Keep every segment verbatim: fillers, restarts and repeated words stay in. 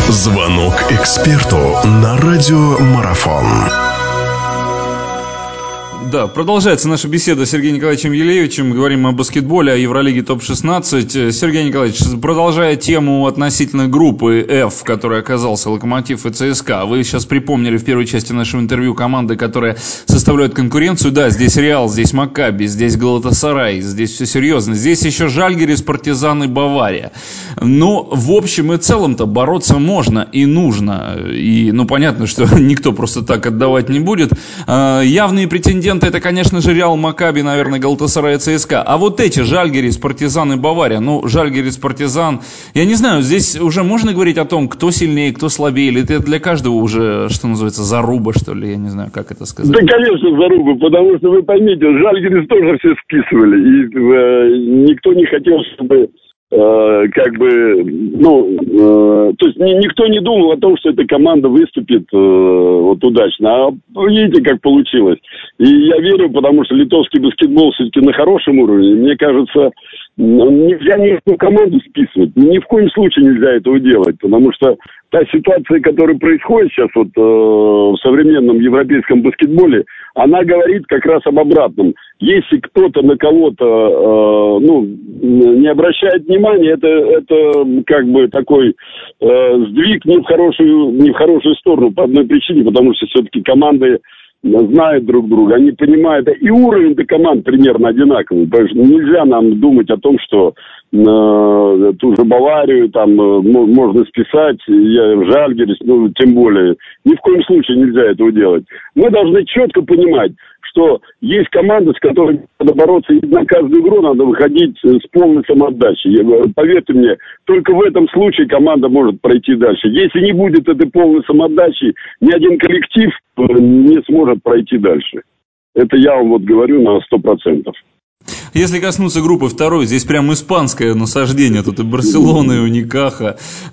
Звонок эксперту на радиомарафон. Да, продолжается наша беседа с Сергеем Николаевичем Елеевичем. Говорим о баскетболе, о Евролиге топ шестнадцать. Сергей Николаевич, продолжая тему относительно группы F, в которой оказался Локомотив и ЦСКА, вы сейчас припомнили в первой части нашего интервью команды, которые составляют конкуренцию. Да, здесь Реал, здесь Маккаби, здесь Галатасарай, здесь все серьезно. Здесь еще Жальгирис, Партизан и Бавария. Ну, в общем и целом-то бороться можно и нужно. И, ну, понятно, что никто просто так отдавать не будет. Явные претенденты — это, конечно же, Реал, Маккаби, наверное, Галатасарай и ЦСКА. А вот эти, Жальгирис, Партизан и Бавария, ну, Жальгирис, Партизан, я не знаю, здесь уже можно говорить о том, кто сильнее, кто слабее, или это для каждого уже, что называется, заруба, что ли, я не знаю, как это сказать. Да, конечно, заруба, потому что, вы поймите, Жальгирис тоже все списывали, и э, никто не хотел, чтобы... Э, как бы, ну, э, то есть ни, никто не думал о том, что эта команда выступит э, вот удачно. А видите, как получилось. И я верю, потому что литовский баскетбол все-таки на хорошем уровне. Мне кажется, нельзя ни одну команду списывать. Ни в коем случае нельзя этого делать, потому что та ситуация, которая происходит сейчас вот э, в современном европейском баскетболе, она говорит как раз об обратном. Если кто-то на кого-то э, ну, не обращает внимания, это, это как бы такой э, сдвиг не в хорошую, не в хорошую сторону по одной причине, потому что все-таки команды знают друг друга, они понимают, и уровень-то команд примерно одинаковый, потому что нельзя нам думать о том, что э, ту же Баварию там э, можно списать, я в Жальгирис, ну, тем более, ни в коем случае нельзя этого делать. Мы должны четко понимать, что есть команды, с которыми надо бороться, и на каждую игру надо выходить с полной самоотдачей. Поверьте мне, только в этом случае команда может пройти дальше. Если не будет этой полной самоотдачи, ни один коллектив не сможет пройти дальше. Это я вам вот говорю на сто процентов. Если коснуться группы второй, здесь прям испанское насаждение. Тут и Барселона, и Уникаха.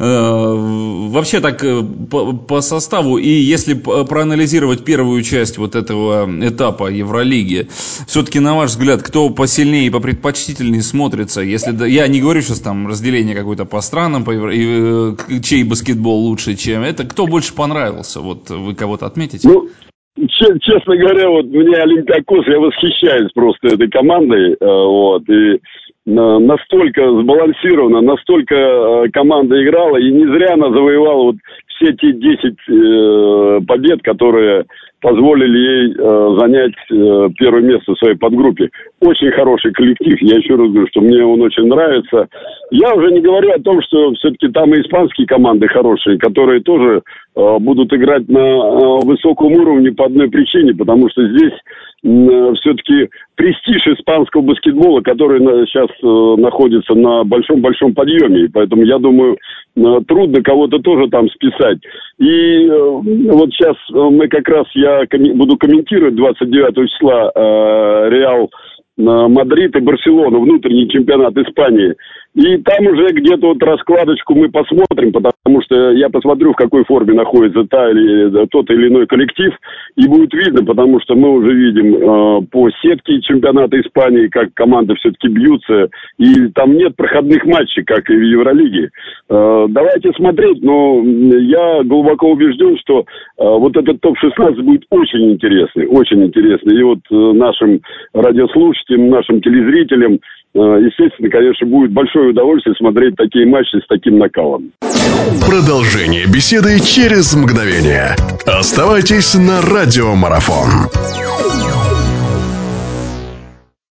Вообще так по, по составу, и если проанализировать первую часть вот этого этапа Евролиги, все-таки, на ваш взгляд, кто посильнее и попредпочтительнее смотрится? Если я не говорю сейчас там разделение какое-то по странам, по евро... чей баскетбол лучше, чем это, кто больше понравился? Вот вы кого-то отметите? Ну... Честно говоря, вот мне Олимпиакос, я восхищаюсь просто этой командой, вот, и настолько сбалансирована, настолько команда играла, и не зря она завоевала вот все те десять э, побед, которые позволили ей э, занять э, первое место в своей подгруппе. Очень хороший коллектив, я еще раз говорю, что мне он очень нравится. Я уже не говорю о том, что все-таки там и испанские команды хорошие, которые тоже э, будут играть на э, высоком уровне по одной причине, потому что здесь э, все-таки престиж испанского баскетбола, который на, сейчас э, находится на большом-большом подъеме, и поэтому, я думаю, э, трудно кого-то тоже там списать. И э, вот сейчас мы как раз, я ком- буду комментировать двадцать девятого числа э, Реал, э, Мадрид и Барселону, внутренний чемпионат Испании. И там уже где-то вот раскладочку мы посмотрим, потому что я посмотрю, в какой форме находится та или, тот или иной коллектив, и будет видно, потому что мы уже видим э, по сетке чемпионата Испании, как команды все-таки бьются, и там нет проходных матчей, как и в Евролиге. Э, давайте смотреть, но я глубоко убежден, что э, вот этот топ шестнадцать будет очень интересный, очень интересный. И вот э, нашим радиослушателям, нашим телезрителям, естественно, конечно, будет большое удовольствие смотреть такие матчи с таким накалом. Продолжение беседы через мгновение. Оставайтесь на радиомарафон.